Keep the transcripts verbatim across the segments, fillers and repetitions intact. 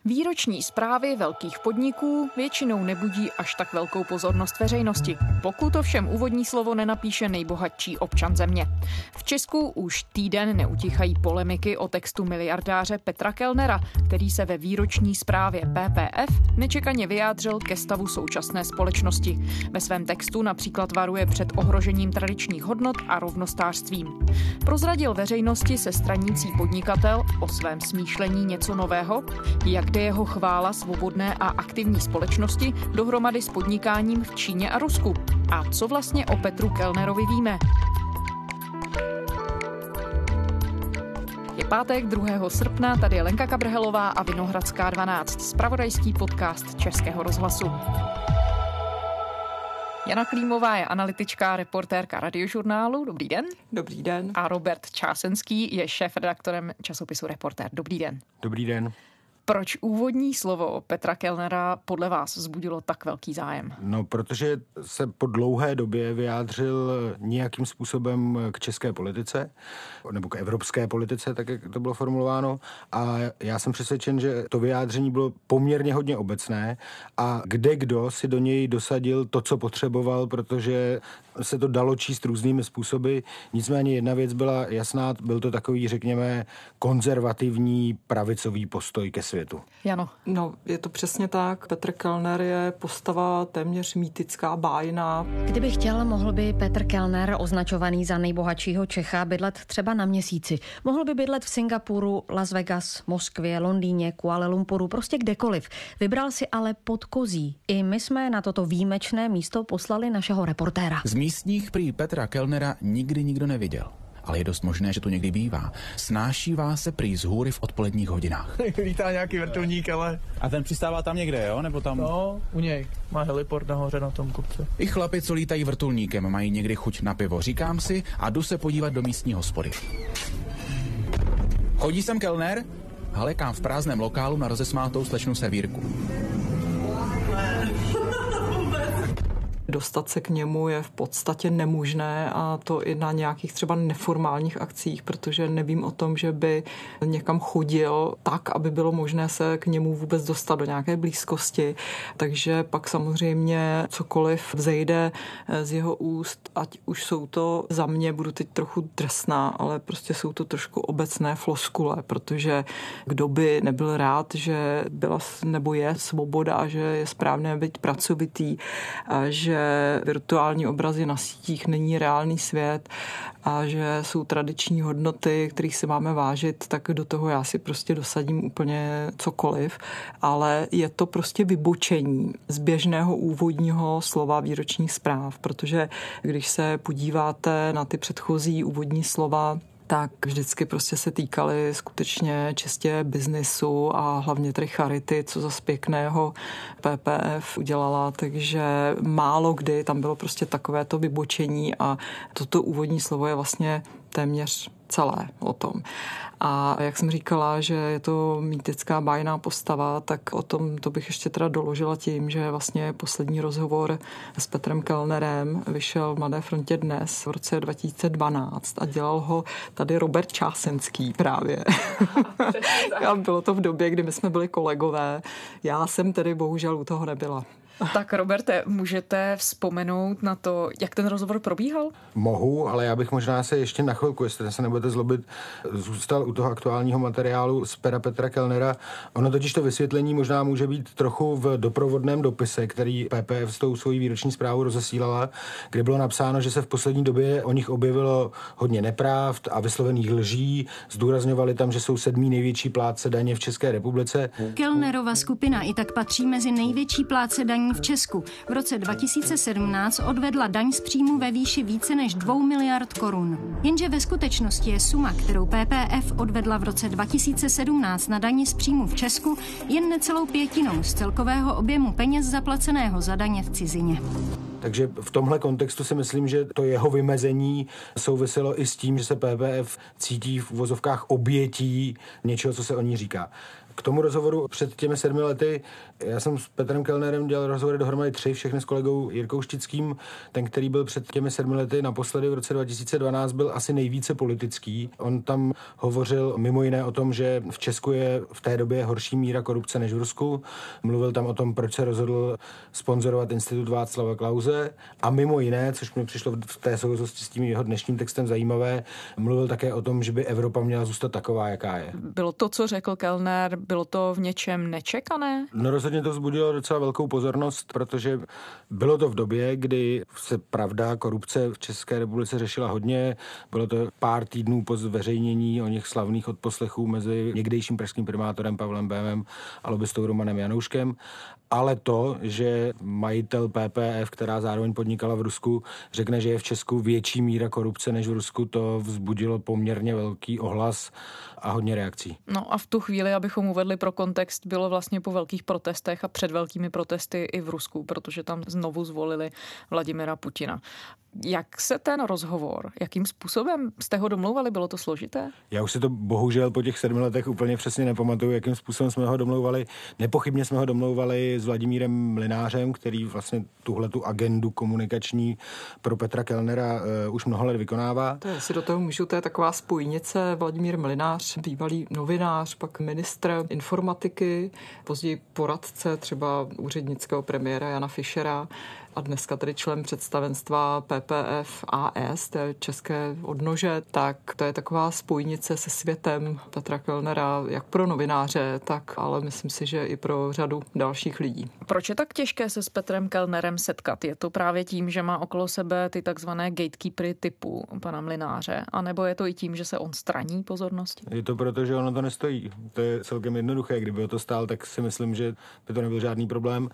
Výroční zprávy velkých podniků většinou nebudí až tak velkou pozornost veřejnosti, pokud ovšem úvodní slovo nenapíše nejbohatší občan země. V Česku už týden neutichají polemiky o textu miliardáře Petra Kellnera, který se ve výroční zprávě P P F nečekaně vyjádřil ke stavu současné společnosti. Ve svém textu například varuje před ohrožením tradičních hodnot a rovnostářstvím. Prozradil veřejnosti sestranící podnikatel o svém smýšlení něco nového, jak jde jeho chvála svobodné a aktivní společnosti dohromady s podnikáním v Číně a Rusku. A co vlastně o Petru Kellnerovi víme? Je pátek druhého srpna, tady je Lenka Kabrhelová a Vinohradská dvanáct, zpravodajský podcast Českého rozhlasu. Jana Klímová je analytička, reportérka Radiožurnálu. Dobrý den. Dobrý den. A Robert Čásenský je šéfredaktorem časopisu Reportér. Dobrý den. Dobrý den. Proč úvodní slovo Petra Kellnera podle vás vzbudilo tak velký zájem? No, protože se po dlouhé době vyjádřil nějakým způsobem k české politice, nebo k evropské politice, tak jak to bylo formulováno. A já jsem přesvědčen, že to vyjádření bylo poměrně hodně obecné a kde kdo si do něj dosadil to, co potřeboval, protože se to dalo číst různými způsoby. Nicméně jedna věc byla jasná, byl to takový, řekněme, konzervativní pravicový postoj ke světu. Jano. No, je to přesně tak. Petr Kellner je postava téměř mýtická, bájná. Kdyby chtěl, mohl by Petr Kellner, označovaný za nejbohatšího Čecha, bydlet třeba na Měsíci. Mohl by bydlet v Singapuru, Las Vegas, Moskvě, Londýně, Kuala Lumpuru, prostě kdekoliv. Vybral si ale Podkozí. I my jsme na toto výjimečné místo poslali našeho reportéra. Z místních prý Petra Kellnera nikdy nikdo neviděl. Ale je dost možné, že to někdy bývá. Snášívá se prý z hůry v odpoledních hodinách. Vítá nějaký vrtulník, ale... A ten přistává tam někde, jo? Nebo tam... No, u něj. Má heliport nahoře na tom kopce. I chlapi, co lítají vrtulníkem, mají někdy chuť na pivo. Říkám si a jdu se podívat do místní hospody. Chodí sem Kellner? Halekám v prázdném lokálu na rozesmátou slečnu servírku. Dostat se k němu je v podstatě nemožné a to i na nějakých třeba neformálních akcích, protože nevím o tom, že by někam chodil tak, aby bylo možné se k němu vůbec dostat do nějaké blízkosti. Takže pak samozřejmě cokoliv vzejde z jeho úst, ať už jsou to za mě, budu teď trochu drsná, ale prostě jsou to trošku obecné floskule, protože kdo by nebyl rád, že byla nebo je svoboda a že je správné být pracovitý a že virtuální obrazy na sítích není reálný svět a že jsou tradiční hodnoty, kterých se máme vážit, tak do toho já si prostě dosadím úplně cokoliv, ale je to prostě vybočení z běžného úvodního slova výročních zpráv, protože když se podíváte na ty předchozí úvodní slova, tak vždycky prostě se týkaly skutečně čistě biznisu a hlavně tedy charity, co za pěkného P P F udělala, takže málo kdy tam bylo prostě takovéto vybočení a toto úvodní slovo je vlastně téměř celé o tom. A jak jsem říkala, že je to mýtická bájná postava, tak o tom to bych ještě teda doložila tím, že vlastně poslední rozhovor s Petrem Kellnerem vyšel v Mladé frontě dnes v roce dva tisíce dvanáct a dělal ho tady Robert Čásenský právě. A bylo to v době, kdy my jsme byli kolegové. Já jsem tedy bohužel u toho nebyla. Tak Roberte, můžete vzpomenout na to, jak ten rozhovor probíhal? Mohu, ale já bych možná se ještě na chvilku, jestli se nebudete zlobit, zůstal u toho aktuálního materiálu z pera Petra Kellnera. Ono totiž to vysvětlení možná může být trochu v doprovodném dopise, který P P F s tou svojí výroční zprávou rozesílala, kde bylo napsáno, že se v poslední době o nich objevilo hodně nepravd a vyslovených lží. Zdůrazňovali tam, že jsou sedmý největší plátce daně v České republice. Kellnerova skupina i tak patří mezi největší plátce daní v Česku. V roce dva tisíce sedmnáct odvedla daň z příjmu ve výši více než dvou miliard korun. Jenže ve skutečnosti je suma, kterou P P F odvedla v roce dva tisíce sedmnáct na dani z příjmu v Česku, jen necelou pětinou z celkového objemu peněz zaplaceného za daně v cizině. Takže v tomhle kontextu si myslím, že to jeho vymezení souviselo i s tím, že se P P F cítí v uvozovkách obětí něčeho, co se o ní říká. K tomu rozhovoru před těmi sedmi lety, já jsem s Petrem Kellnerem dělal rozhovory dohromady tři, všechny s kolegou Jirkou Štickým. Ten, který byl před těmi sedmi lety naposledy v roce dva tisíce dvanáct, byl asi nejvíce politický. On tam hovořil mimo jiné o tom, že v Česku je v té době horší míra korupce než v Rusku. Mluvil tam o tom, proč se rozhodl sponzorovat Institut Václava Klause a mimo jiné, což mi přišlo v té souvislosti s tím jeho dnešním textem zajímavé, mluvil také o tom, že by Evropa měla zůstat taková, jaká je. Bylo to, co řekl Kellner, bylo to v něčem nečekané? No rozhodně to vzbudilo docela velkou pozornost, protože bylo to v době, kdy se pravda korupce v České republice řešila hodně. Bylo to pár týdnů po zveřejnění o něch slavných odposlechů mezi někdejším pražským primátorem Pavlem Bémem a lobbystou Romanem Janouškem. Ale to, že majitel P P F, která zároveň podnikala v Rusku, řekne, že je v Česku větší míra korupce než v Rusku, to vzbudilo poměrně velký ohlas a hodně reakcí. No a v tu chvíli, abychom uvedli pro kontext, bylo vlastně po velkých protestech a před velkými protesty i v Rusku, protože tam znovu zvolili Vladimira Putina. Jak se ten rozhovor, jakým způsobem jste ho domlouvali? Bylo to složité? Já už si to bohužel po těch sedmi letech úplně přesně nepamatuju, jakým způsobem jsme ho domlouvali. Nepochybně jsme ho domlouvali s Vladimírem Mlynářem, který vlastně tuhletu agendu komunikační pro Petra Kellnera uh, už mnoho let vykonává. To je, si do toho můžu, to je taková spojnice. Vladimír Mlynář, bývalý novinář, pak ministr informatiky, později poradce třeba úřednického premiéra Jana Fischera a dneska tedy člen představenstva P P F A S, té české odnože, tak to je taková spojnice se světem Petra Kellnera, jak pro novináře, tak ale myslím si, že i pro řadu dalších lidí. Proč je tak těžké se s Petrem Kellnerem setkat? Je to právě tím, že má okolo sebe ty takzvané gatekeepery typu pana Mlynáře, anebo je to i tím, že se on straní pozornosti? Je to proto, že ono to nestojí. To je celkem jednoduché. Kdyby o to stál, tak si myslím, že by to nebyl žádný problém.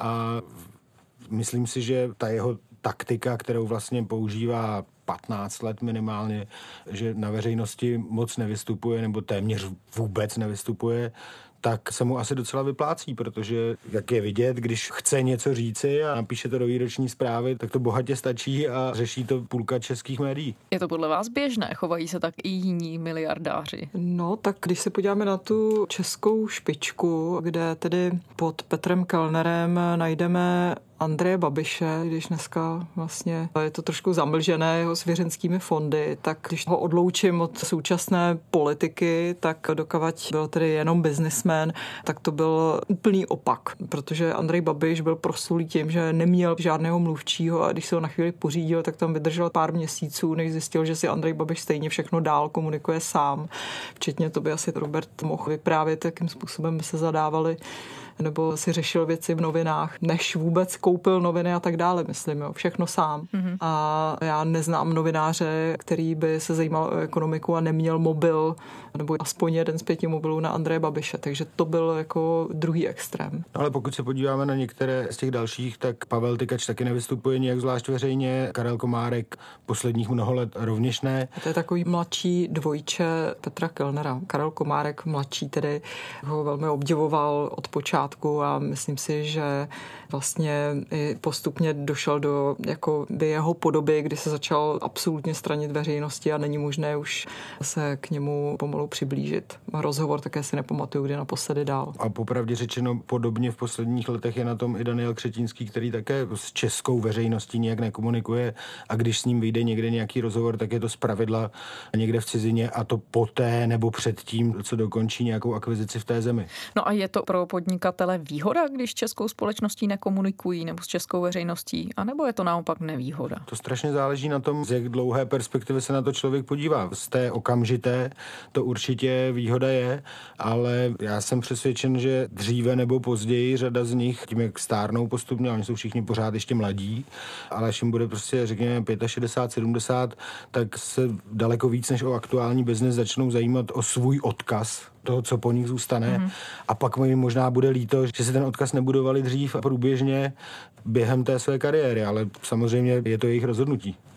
A myslím si, že ta jeho taktika, kterou vlastně používá patnáct let minimálně, že na veřejnosti moc nevystupuje nebo téměř vůbec nevystupuje, tak se mu asi docela vyplácí, protože jak je vidět, když chce něco říci a napíše to do výroční zprávy, tak to bohatě stačí a řeší to půlka českých médií. Je to podle vás běžné? Chovají se tak i jiní miliardáři? No, tak když se podíváme na tu českou špičku, kde tedy pod Petrem Kellnerem najdeme Andreje Babiše, když dneska vlastně je to trošku zamlžené jeho svěřenskými fondy, tak když ho odloučím od současné politiky, tak dokavať byl tedy jenom businessman, tak to byl úplný opak, protože Andrej Babiš byl proslulý tím, že neměl žádného mluvčího a když se ho na chvíli pořídil, tak tam vydržel pár měsíců, než zjistil, že si Andrej Babiš stejně všechno dál komunikuje sám. Včetně to by asi Robert mohl vyprávět, jakým způsobem by se zadávali nebo si řešil věci v novinách, než vůbec koupil noviny a tak dále, myslím, jo, všechno sám. Mm-hmm. A já neznám novináře, který by se zajímal o ekonomiku a neměl mobil, nebo aspoň jeden z pěti mobilů na Andreje Babiše, takže to byl jako druhý extrém. No, ale pokud se podíváme na některé z těch dalších, tak Pavel Tykač taky nevystupuje nijak zvlášť veřejně, Karel Komárek posledních mnoho let rovněž ne. A to je takový mladší dvojče Petra Kellnera. Karel Komárek mladší tedy ho velmi obdivoval od počátku a myslím si, že vlastně i postupně došel do jako by jeho podoby, kdy se začal absolutně stranit veřejnosti a není možné už se k němu pomalu přiblížit. Rozhovor také si nepamatuju, kdy naposledy dál. A popravdě řečeno, podobně v posledních letech je na tom i Daniel Křetínský, který také s českou veřejností nijak nekomunikuje a když s ním vyjde někde nějaký rozhovor, tak je to zpravidla někde v cizině a to poté nebo předtím, co dokončí nějakou akvizici v té zemi. No a je to pro podnikatele výhoda, když českou společností nekomunikují nebo s českou veřejností, anebo je to naopak nevýhoda? To strašně záleží na tom, z jak dlouhé perspektivy se na to člověk podívá. Z té okamžité to určitě výhoda je, ale já jsem přesvědčen, že dříve nebo později řada z nich, tím jak stárnou postupně, oni jsou všichni pořád ještě mladí, ale až jim bude prostě řekněme šedesát pět, sedmdesát, tak se daleko víc než o aktuální biznes začnou zajímat o svůj odkaz, toho, co po nich zůstane. Mm. A pak mi možná bude líto, že si ten odkaz nebudovali dřív a průběžně během té své kariéry, ale samozřejmě je to jejich rozhodnutí.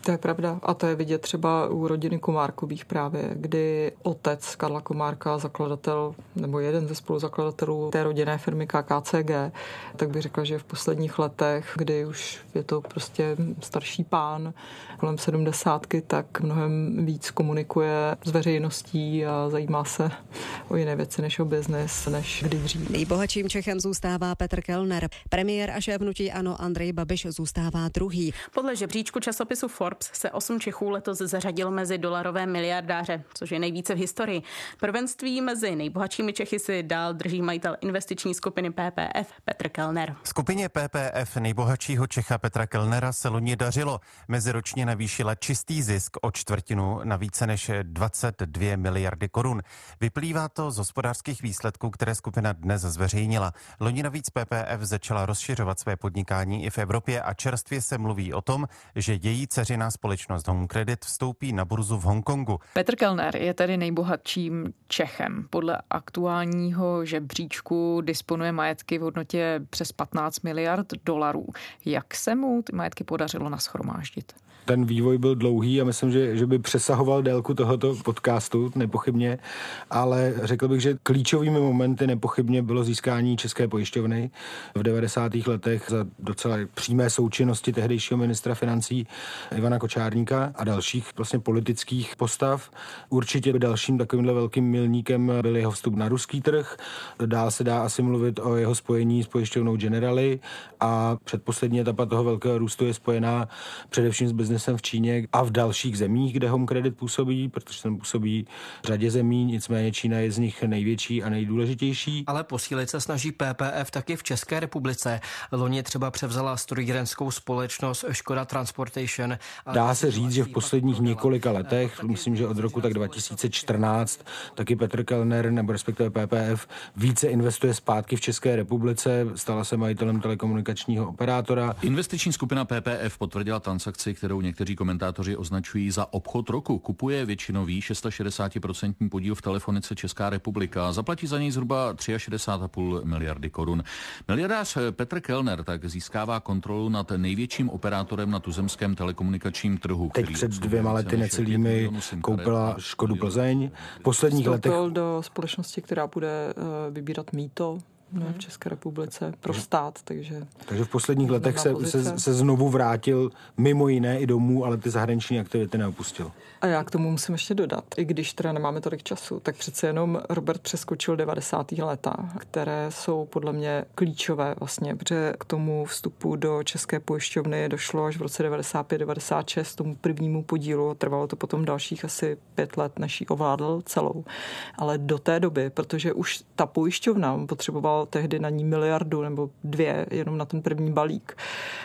To je pravda a to je vidět třeba u rodiny Komárkových právě, kdy otec Karla Komárka, zakladatel nebo jeden ze spoluzakladatelů té rodinné firmy K K C G, tak bych řekla, že v posledních letech, kdy už je to prostě starší pán kolem sedmdesátky, tak mnohem víc komunikuje s veřejností a zajímá se o jiné věci než o biznis, než kdy dřív. Nejbohatším Čechem zůstává Petr Kellner. Premiér a šéf hnutí ANO Andrej Babiš zůstává druhý. Podle žebříčku časopisu Forbes se osm Čechů letos zařadil mezi dolarové miliardáře, což je nejvíce v historii. Prvenství mezi nejbohatšími Čechy si dál drží majitel investiční skupiny P P F Petr Kellner. Skupině P P F nejbohatšího Čecha Petra Kellnera se loni dařilo. Meziročně navýšila čistý zisk o čtvrtinu na více než dvacet dvě miliardy korun. Vyplývá to z hospodářských výsledků, které skupina dnes zveřejnila. Loni navíc P P F začala rozšiřovat své podnikání i v Evropě a čerstvě se mluví o tom, že její dceřiná společnost Home Credit vstoupí na burzu v Hongkongu. Petr Kellner je tedy nejbohatším Čechem. Podle aktuálního žebříčku disponuje majetky v hodnotě přes patnáct miliard dolarů. Jak se mu ty majetky podařilo nashromáždit? Ten vývoj byl dlouhý a myslím, že, že by přesahoval délku tohoto podcastu, nepochybně, ale řekl bych, že klíčovými momenty nepochybně bylo získání České pojišťovny v devadesátých letech za docela přímé součinnosti tehdejšího ministra financí Ivana Kočárníka a dalších vlastně politických postav. Určitě dalším takovýmhle velkým milníkem byl jeho vstup na ruský trh. Dál se dá asi mluvit o jeho spojení s pojišťovnou Generali a předposlední etapa toho velkého růstu je spojená především s biznesem v Číně a v dalších zemích, kde Home Credit působí, protože ten působí v řadě zemí, nicméně Čína je z nich největší a nejdůležitější. Ale posílit se snaží P P F taky v České republice. Loni třeba převzala strojírenskou společnost Škoda Transportation. Dá se říct, že v posledních několika letech, myslím, že od roku tak dva tisíce čtrnáct, taky Petr Kellner nebo respektive P P F více investuje zpátky v České republice, stala se majitelem telekomunikačního operátora. Investiční skupina P P F potvrdila transakci, kterou někteří komentátoři označují za obchod roku. Kupuje většinový šedesát šest procent podíl v Telefonice Česká republika a zaplatí za něj zhruba šedesát tři celá pět miliardy korun. Miliardář Petr Kellner tak získává kontrolu nad největším operátorem na tuzemském telekomunikačním trhu. Teď před dvěma lety necelými koupila Škodu Plzeň. V posledních letech do společnosti, která bude vybírat mýto v České republice pro stát, takže... Takže v posledních letech se, se, se znovu vrátil mimo jiné i domů, ale ty zahraniční aktivity neopustil. A já k tomu musím ještě dodat, i když teda nemáme tolik času, tak přece jenom Robert přeskočil devadesátá léta, které jsou podle mě klíčové vlastně, protože k tomu vstupu do České pojišťovny došlo až v roce devadesát pět devadesát šest, tomu prvnímu podílu, trvalo to potom dalších asi pět let, než ji ovládl celou. Ale do té doby, protože už ta pojišťovna potřebovala tehdy na ní miliardu nebo dvě, jenom na ten první balík.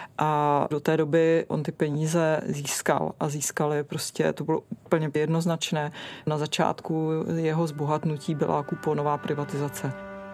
A do té doby on ty peníze získal a získali prostě, to bylo úplně jednoznačné. Na začátku jeho zbohatnutí byla kuponová privatizace.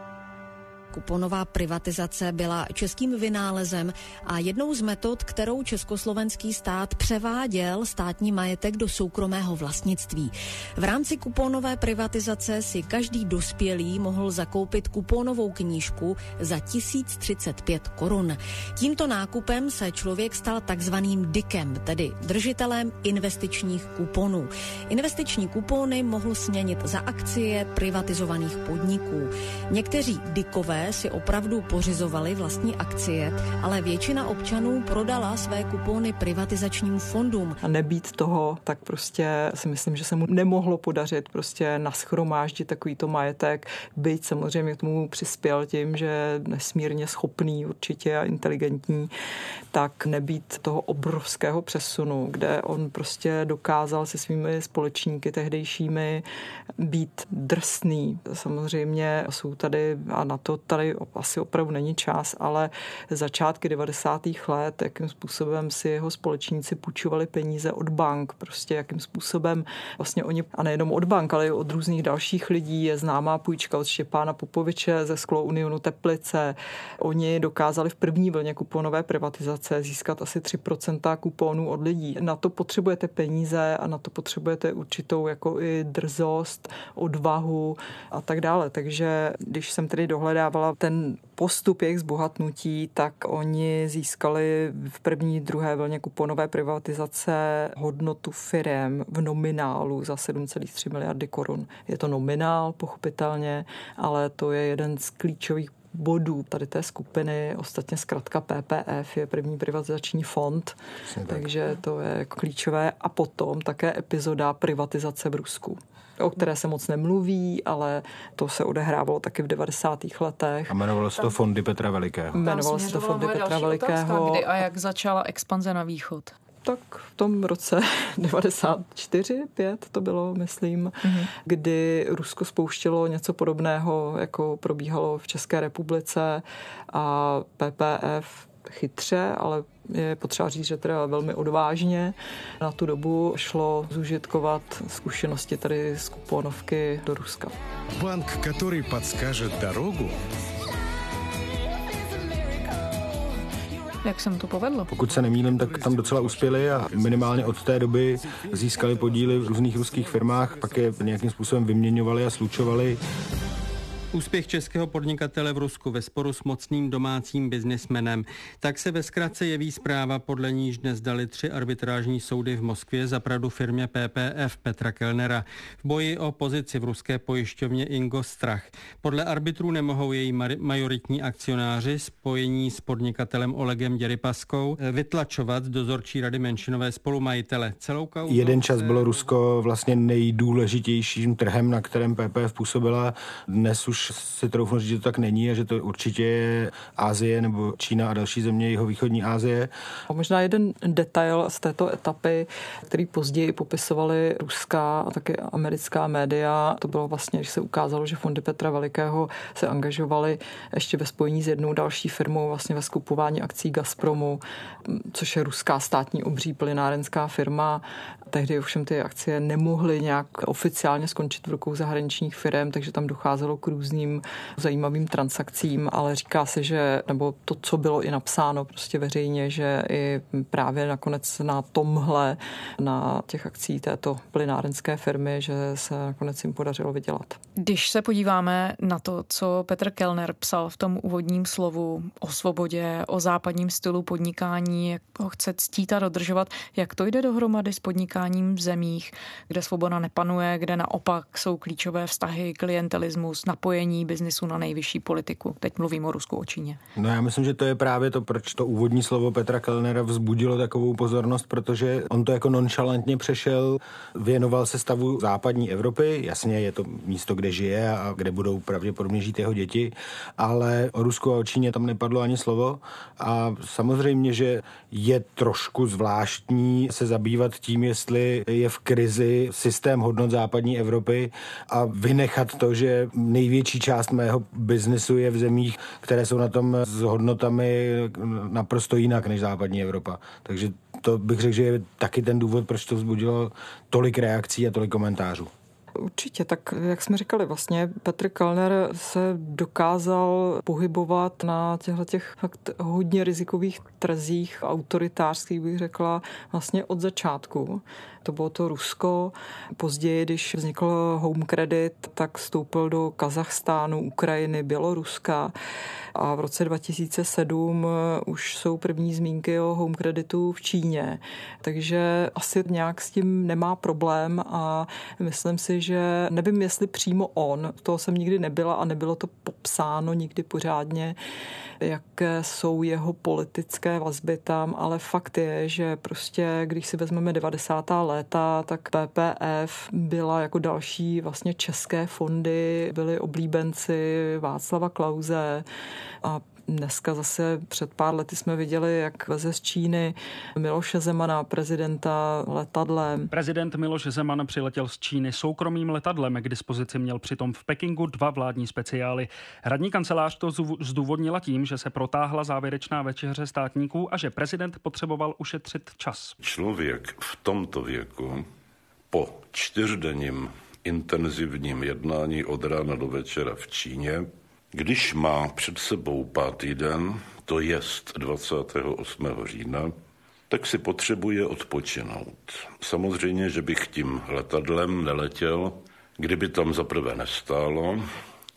Kuponová privatizace byla českým vynálezem a jednou z metod, kterou československý stát převáděl státní majetek do soukromého vlastnictví. V rámci kuponové privatizace si každý dospělý mohl zakoupit kuponovou knížku za tisíc třicet pět korun. Tímto nákupem se člověk stal takzvaným dikem, tedy držitelem investičních kuponů. Investiční kupony mohl směnit za akcie privatizovaných podniků. Někteří dikové si opravdu pořizovali vlastní akcie, ale většina občanů prodala své kupony privatizačním fondům. A nebýt toho, tak prostě si myslím, že se mu nemohlo podařit prostě nashromáždit takovýto majetek, byť samozřejmě k tomu přispěl tím, že je nesmírně schopný určitě a inteligentní, tak nebýt toho obrovského přesunu, kde on prostě dokázal se svými společníky tehdejšími být drsný. Samozřejmě jsou tady, a na to tady asi opravdu není čas, ale začátky devadesátých let, jakým způsobem si jeho společníci půjčovali peníze od bank, prostě jakým způsobem vlastně oni, a nejenom od bank, ale i od různých dalších lidí, je známá půjčka od Štěpána Popoviče ze Sklo Unionu Teplice. Oni dokázali v první vlně kuponové privatizace získat asi tři procenta kuponů od lidí. Na to potřebujete peníze a na to potřebujete určitou jako i drzost, odvahu a tak dále. Takže když jsem tedy dohledávala říkala, ten postup jejich zbohatnutí, tak oni získali v první, druhé vlně kuponové privatizace hodnotu firem v nominálu za sedm celá tři miliardy korun. Je to nominál, pochopitelně, ale to je jeden z klíčových bodů tady té skupiny. Ostatně zkratka P P F je první privatizační fond, Přesně takže tak. to je jako klíčové. A potom také epizoda privatizace v Rusku, o které se moc nemluví, ale to se odehrávalo taky v devadesátých letech. A jmenovalo se to Fondy Petra Velikého. Jmenovalo se to Fondy Petra Velikého. Otázka, kdy a jak začala expanze na východ? Tak v tom roce devadesát čtyři, pět to bylo, myslím, mm-hmm. kdy Rusko spouštělo něco podobného, jako probíhalo v České republice a P P F chytře, ale je potřeba říct, že teda velmi odvážně na tu dobu šlo zužitkovat zkušenosti tady z kuponovky do Ruska. Bank, který podskaže dorogu. Jak se mu to povedlo? Pokud se nemýlím, tak tam docela uspěli a minimálně od té doby získali podíly v různých ruských firmách, pak je nějakým způsobem vyměňovali a slučovali. Úspěch českého podnikatele v Rusku ve sporu s mocným domácím biznismenem. Tak se ve zkratce jeví zpráva, podle níž dnes dali tři arbitrážní soudy v Moskvě za pravdu firmě P P F Petra Kellnera v boji o pozici v ruské pojišťovně Ingostrach. Podle arbitrů nemohou její majoritní akcionáři spojení s podnikatelem Olegem Děrypaskou vytlačovat z dozorčí rady menšinové spolumajitele. Celou kauzu Jeden čas bylo Rusko vlastně nejdůležitějším trhem, na kterém P P F působila. Dnes už si troufnu říct, že to tak není a že to určitě je Asie nebo Čína a další země jihovýchodní Asie. A možná jeden detail z této etapy, který později popisovali ruská a také americká média, to bylo vlastně, když se ukázalo, že fondy Petra Velikého se angažovaly ještě ve spojení s jednou další firmou vlastně ve skupování akcí Gazpromu, což je ruská státní obří plynárenská firma. Tehdy ovšem ty akcie nemohly nějak oficiálně skončit v rukou zahraničních firm, takže tam docházelo k různým zajímavým transakcím, ale říká se, že, nebo to, co bylo i napsáno prostě veřejně, že i právě nakonec na tomhle, na těch akcí této plynárenské firmy, že se nakonec jim podařilo vydělat. Když se podíváme na to, co Petr Kellner psal v tom úvodním slovu o svobodě, o západním stylu podnikání, jak ho chce ctít a dodržovat, jak to jde dohromady s podnikáním v zemích, kde svoboda nepanuje, kde naopak jsou klíčové vztahy, klientelismus, napojení biznisu na nejvyšší politiku. Teď mluvím o Rusku, o Číně. No já myslím, že to je právě to, proč to úvodní slovo Petra Kellnera vzbudilo takovou pozornost, protože on to jako nonchalantně přešel, věnoval se stavu západní Evropy, jasně je to místo, kde žije a kde budou pravděpodobně žít jeho děti, ale o Rusku a o Číně tam nepadlo ani slovo a samozřejmě, že je trošku zvláštní se zabývat tím, jestli je v krizi systém hodnot západní Evropy a vynechat to, že největší část mého biznesu je v zemích, které jsou na tom s hodnotami naprosto jinak než západní Evropa. Takže to bych řekl, že je taky ten důvod, proč to vzbudilo tolik reakcí a tolik komentářů. Určitě, tak jak jsme říkali, vlastně Petr Kellner se dokázal pohybovat na těchto těch fakt hodně rizikových trzích, autoritářských bych řekla, vlastně od začátku. To bylo to Rusko. Později, když vznikl Home Credit, tak vstoupil do Kazachstánu, Ukrajiny, Běloruska a v roce dva tisíce sedm už jsou první zmínky o Home Creditu v Číně. Takže asi nějak s tím nemá problém a myslím si, že nevím, jestli přímo on, toho jsem nikdy nebyla a nebylo to popsáno nikdy pořádně, jaké jsou jeho politické vazby tam, ale fakt je, že prostě, když si vezmeme devadesátá léta, tak P P F byla jako další vlastně české fondy, byli oblíbenci Václava Klause a dneska zase před pár lety jsme viděli, jak veze z Číny Miloše Zemana, prezidenta, letadlem. Prezident Miloš Zeman přiletěl z Číny soukromým letadlem, k dispozici měl přitom v Pekingu dva vládní speciály. Hradní kancelář to zdůvodnila tím, že se protáhla závěrečná večeře státníků a že prezident potřeboval ušetřit čas. Člověk v tomto věku po čtyřdenním intenzivním jednání od rána do večera v Číně, když má před sebou pátý den, to jest dvacátého osmého října, tak si potřebuje odpočinout. Samozřejmě, že bych tím letadlem neletěl, kdyby tam zaprvé nestálo,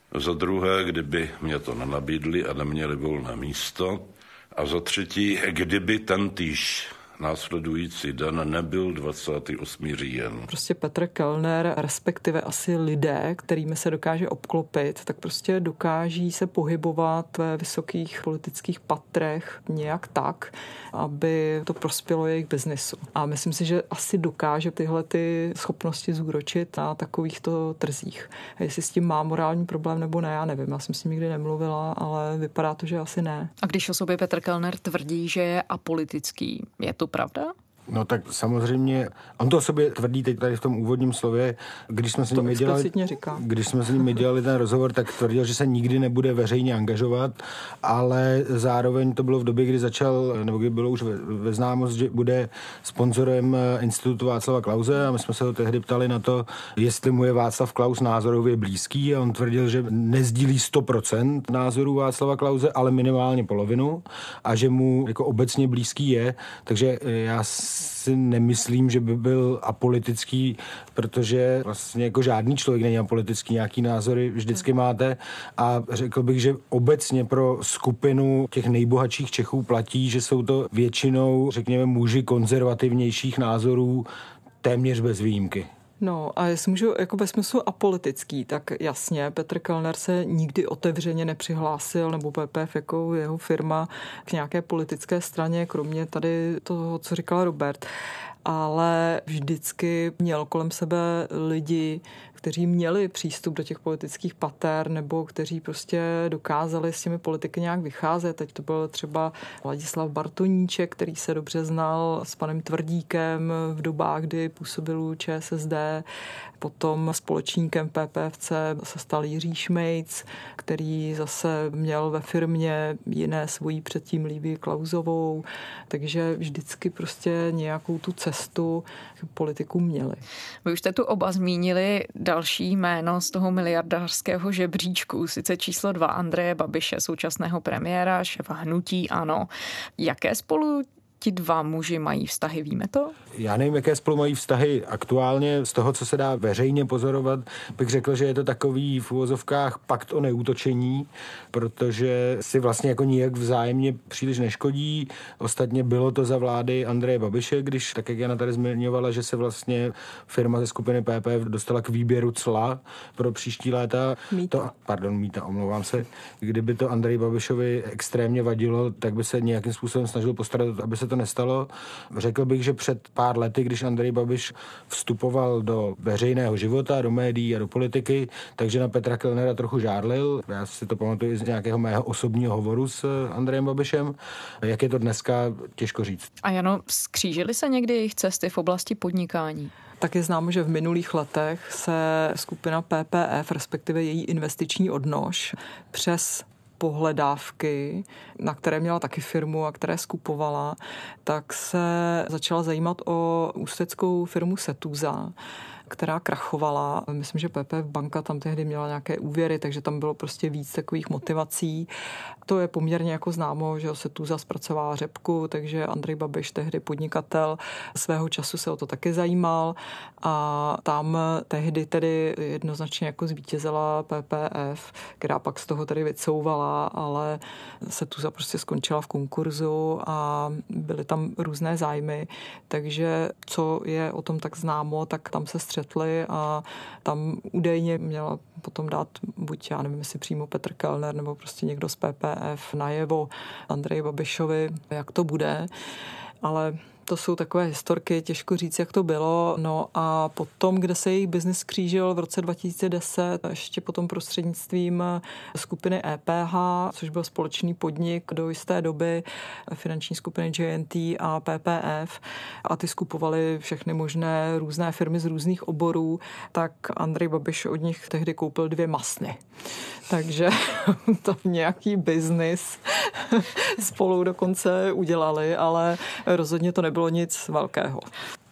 Za druhé, kdyby mě to nenabídli a neměli volné místo. A za třetí, kdyby tentýž následující den nebyl dvacátého osmého října. Prostě Petr Kellner, respektive asi lidé, kterými se dokáže obklopit, tak prostě dokáží se pohybovat ve vysokých politických patrech nějak tak, aby to prospělo jejich biznesu. A myslím si, že asi dokáže tyhle ty schopnosti zúročit na takovýchto trzích. A jestli s tím má morální problém nebo ne, já nevím. Já jsem s ním nikdy nemluvila, ale vypadá to, že asi ne. A když o sobě Petr Kellner tvrdí, že je apolitický, je to pravda? No tak samozřejmě, on to o sobě tvrdí teď tady v tom úvodním slově, když jsme s ním dělali, když jsme s ním dělali ten rozhovor, tak tvrdil, že se nikdy nebude veřejně angažovat, ale zároveň to bylo v době, kdy začal, nebo kdy bylo už ve, ve známost, že bude sponzorem Institutu Václava Klause a my jsme se ho tehdy ptali na to, jestli mu je Václav Klaus názorově blízký a on tvrdil, že nezdílí sto procent názorů Václava Klause, ale minimálně polovinu a že mu jako obecně blízký je, takže já si nemyslím, že by byl apolitický, protože vlastně jako žádný člověk není apolitický, nějaký názory vždycky máte a řekl bych, že obecně pro skupinu těch nejbohatších Čechů platí, že jsou to většinou, řekněme, muži konzervativnějších názorů téměř bez výjimky. No a jestli můžu jako ve smyslu apolitický, tak jasně, Petr Kellner se nikdy otevřeně nepřihlásil, nebo P P F jako jeho firma k nějaké politické straně, kromě tady toho, co říkal Robert. Ale vždycky měl kolem sebe lidi, kteří měli přístup do těch politických pater nebo kteří prostě dokázali s těmi politiky nějak vycházet. Teď to byl třeba Ladislav Bartoníček, který se dobře znal s panem Tvrdíkem v dobách, kdy působil u Č S S D. Potom společníkem P P F C se stal Jiří Šmejc, který zase měl ve firmě jiné svojí předtím Lívii Klausovou. Takže vždycky prostě nějakou tu cestu k politikům měli. Vy už jste tu oba zmínili další jméno z toho miliardářského žebříčku, sice číslo dva Andreje Babiše, současného premiéra, šéfa hnutí ANO. Jaké spolu ti dva muži mají vztahy, víme to? Já nevím, jaké spolu mají vztahy aktuálně. Z toho, co se dá veřejně pozorovat, bych řekl, že je to takový v uvozovkách pakt o neútočení, protože si vlastně jako nijak vzájemně příliš neškodí. Ostatně bylo to za vlády Andreje Babiše, když, tak jak Jana tady zmiňovala, že se vlastně firma ze skupiny P P F dostala k výběru cla pro příští léta. Mýta. To, pardon, mýta, omlouvám se. Kdyby to Andreji Babišovi extrémně vadilo, tak by se nějakým způsobem snažil postarat, aby se to nestalo. Řekl bych, že před pár lety, když Andrej Babiš vstupoval do veřejného života, do médií a do politiky, takže na Petra Kellnera trochu žárlil. Já si to pamatuju z nějakého mého osobního hovoru s Andrejem Babišem. Jak je to dneska, těžko říct. A Jano, skřížily se někdy jejich cesty v oblasti podnikání? Tak je známo, že v minulých letech se skupina P P F, respektive její investiční odnož, přes pohledávky, na které měla taky firmu a které skupovala, tak se začala zajímat o ústeckou firmu Setuza, která krachovala. Myslím, že P P F banka tam tehdy měla nějaké úvěry, takže tam bylo prostě víc takových motivací. To je poměrně jako známo, že Setuza zpracovala řepku, takže Andrej Babiš, tehdy podnikatel, svého času se o to taky zajímal a tam tehdy tedy jednoznačně jako zvítězila P P F, která pak z toho tedy vycouvala, ale Setuza prostě skončila v konkurzu a byly tam různé zájmy, takže co je o tom tak známo, tak tam se střetli a tam údajně měla potom dát buď, já nevím, jestli přímo Petr Kellner nebo prostě někdo z P P F najevo Andreji Babišovi, jak to bude, ale to jsou takové historky, těžko říct, jak to bylo. No a potom, kde se jejich biznis křížil v roce dva tisíce deset, ještě potom prostřednictvím skupiny E P H, což byl společný podnik do jisté doby finanční skupiny J and T a P P F a ty skupovali všechny možné různé firmy z různých oborů, tak Andrej Babiš od nich tehdy koupil dvě masny. Takže to nějaký biznis spolu dokonce udělali, ale rozhodně to nebylo nic velkého.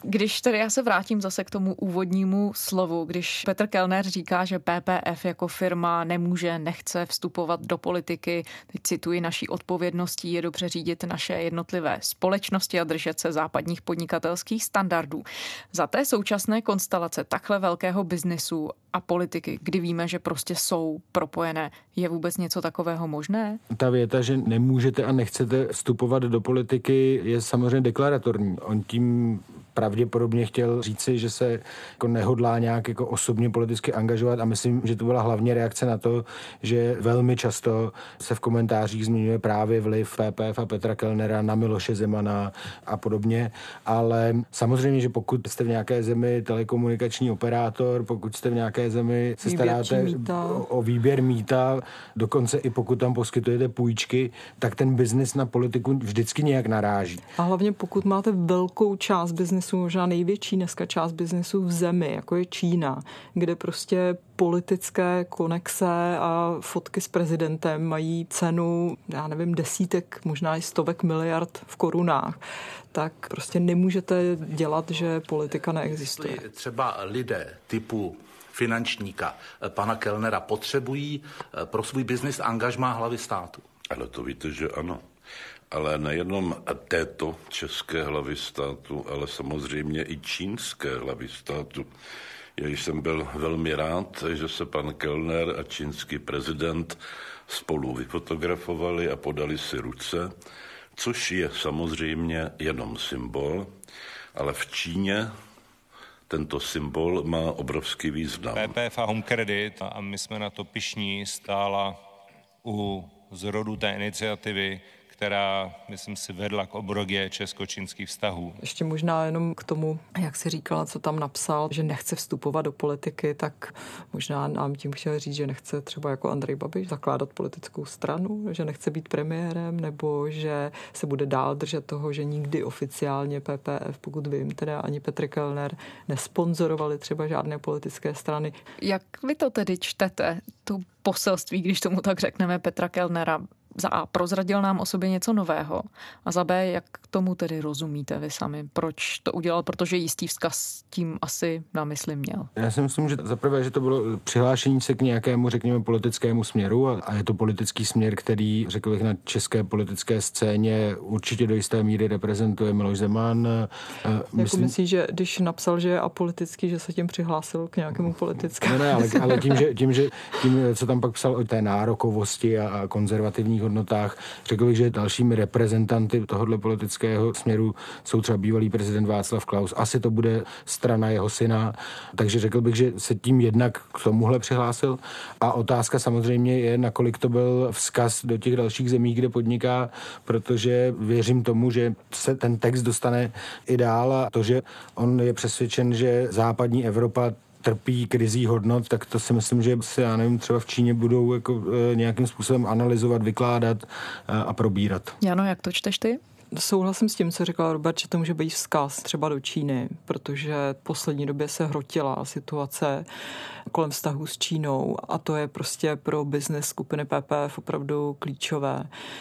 Když tedy já se vrátím zase k tomu úvodnímu slovu, když Petr Kellner říká, že P P F jako firma nemůže, nechce vstupovat do politiky, teď cituji, naší odpovědností je dobře řídit naše jednotlivé společnosti a držet se západních podnikatelských standardů. Za té současné konstelace takhle velkého biznesu a politiky, kdy víme, že prostě jsou propojené, je vůbec něco takového možné? Ta věta, že nemůžete a nechcete vstupovat do politiky, je samozřejmě deklaratorní. On tím pravděpodobně chtěl říci, že se jako nehodlá nějak jako osobně politicky angažovat a myslím, že to byla hlavně reakce na to, že velmi často se v komentářích zmiňuje právě vliv P P F a Petra Kellnera na Miloše Zemana a podobně, ale samozřejmě, že pokud jste v nějaké zemi telekomunikační operátor, pokud jste v nějaké zemi se staráte o, o výběr mýta, dokonce i pokud tam poskytujete půjčky, tak ten biznis na politiku vždycky nějak naráží. A hlavně pokud máte velkou část biznesu, možná největší dneska část biznesu v zemi, jako je Čína, kde prostě politické konexe a fotky s prezidentem mají cenu, já nevím, desítek, možná i stovek miliard v korunách, tak prostě nemůžete dělat, že politika neexistuje. Jestli třeba lidé typu finančníka pana Kellnera potřebují pro svůj biznis angažmá hlavy státu? Ale to víte, že ano. Ale nejenom této české hlavy státu, ale samozřejmě i čínské hlavy státu. Já jsem byl velmi rád, že se pan Kellner a čínský prezident spolu vyfotografovali a podali si ruce, což je samozřejmě jenom symbol, ale v Číně tento symbol má obrovský význam. P P F a Home Credit, a my jsme na to pyšní, stála u zrodu té iniciativy, která, myslím si, vedla k obrodě česko-čínských vztahů. Ještě možná jenom k tomu, jak si říkala, co tam napsal, že nechce vstupovat do politiky, tak možná nám tím chtěl říct, že nechce třeba jako Andrej Babiš zakládat politickou stranu, že nechce být premiérem, nebo že se bude dál držet toho, že nikdy oficiálně P P F, pokud vím, teda ani Petr Kellner, nesponzorovali třeba žádné politické strany. Jak vy to tedy čtete, tu poselství, když tomu tak řekneme, Petra Kellnera? Za A, prozradil nám o sobě něco nového a za B, jak tomu tedy rozumíte vy sami? Proč to udělal? Protože jistý vzkaz tím asi na mysli měl. Já si myslím, že zaprvé, že to bylo přihlášení se k nějakému, řekněme, politickému směru a, a je to politický směr, který, řekl bych, na české politické scéně určitě do jisté míry reprezentuje Miloš Zeman. Myslím... Jako myslíš, že když napsal, že je apolitický, že se tím přihlásil k nějakému politickému? Ne, ne, ale, ale tím, že, tím, že tím, co tam pak psal o té nárokovosti a, a konzervativních hodnotách. Řekl bych, že dalšími reprezentanty tohohle politického směru jsou třeba bývalý prezident Václav Klaus. Asi to bude strana jeho syna. Takže řekl bych, že se tím jednak k tomuhle přihlásil. A otázka samozřejmě je, nakolik to byl vzkaz do těch dalších zemí, kde podniká, protože věřím tomu, že se ten text dostane i dál a to, že on je přesvědčen, že západní Evropa trpí krizí hodnot, tak to si myslím, že se, já nevím, třeba v Číně budou jako e, nějakým způsobem analyzovat, vykládat e, a probírat. Jano, jak to čteš ty? Souhlasím s tím, co říkal Robert, že to může být vzkaz třeba do Číny, protože v poslední době se hrotila situace kolem vztahů s Čínou a to je prostě pro biznes skupiny P P F opravdu klíčové.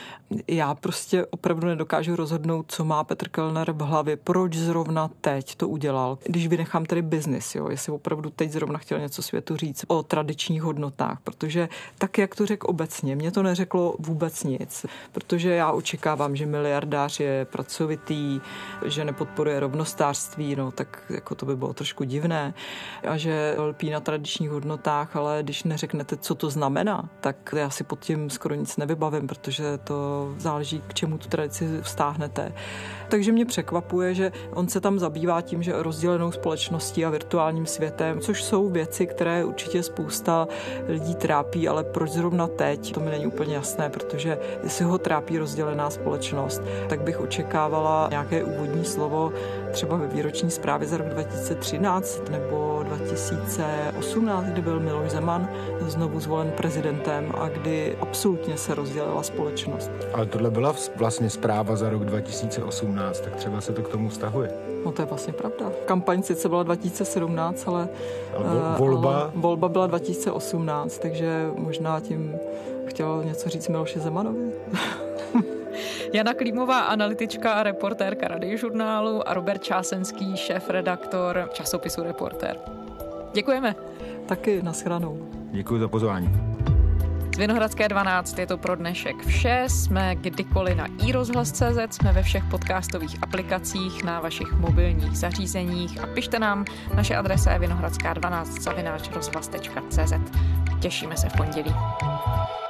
Já prostě opravdu nedokážu rozhodnout, co má Petr Kellner v hlavě, proč zrovna teď to udělal. Když vynechám tedy biznis, jo, jestli opravdu teď zrovna chtěl něco světu říct o tradičních hodnotách, protože tak, jak to řekl obecně, mě to neřeklo vůbec nic, protože já očekávám, že miliardář je pracovitý, že nepodporuje rovnostářství, no tak jako to by bylo trošku divné a že lpí na tradičních hodnotách, ale když neřeknete, co to znamená, tak já si pod tím skoro nic nevybavím, protože to záleží, k čemu tu tradici vztáhnete. Takže mě překvapuje, že on se tam zabývá tím, že rozdělenou společností a virtuálním světem, což jsou věci, které určitě spousta lidí trápí, ale proč zrovna teď, to mi není úplně jasné, protože jestli ho trápí rozdělená společnost, tak bych očekávala nějaké úvodní slovo třeba ve výroční zprávě za rok dva tisíce třináct nebo dva tisíce osmnáct, kdy byl Miloš Zeman znovu zvolen prezidentem a kdy absolutně se rozdělila společnost. Ale tohle byla vlastně zpráva za rok dva tisíce osmnáct, tak třeba se to k tomu vztahuje. No to je vlastně pravda. Kampaň sice byla dva tisíce sedmnáct, ale, ale volba? ale volba byla dva tisíce osmnáct, takže možná tím chtěl něco říct Miloši Zemanovi. Jana Klímová, analytička a reportérka Radiožurnálu a Robert Čásenský, šéf-redaktor časopisu Reportér. Děkujeme. Taky, nashledanou. Děkuji za pozvání. Z Vinohradské dvanáct je to pro dnešek vše. Jsme kdykoliv na i rozhlas tečka cé zet, jsme ve všech podcastových aplikacích, na vašich mobilních zařízeních a pište nám. Naše adresa je vinohradská dvanáct zavináč rozhlas tečka cé zet. Těšíme se v pondělí.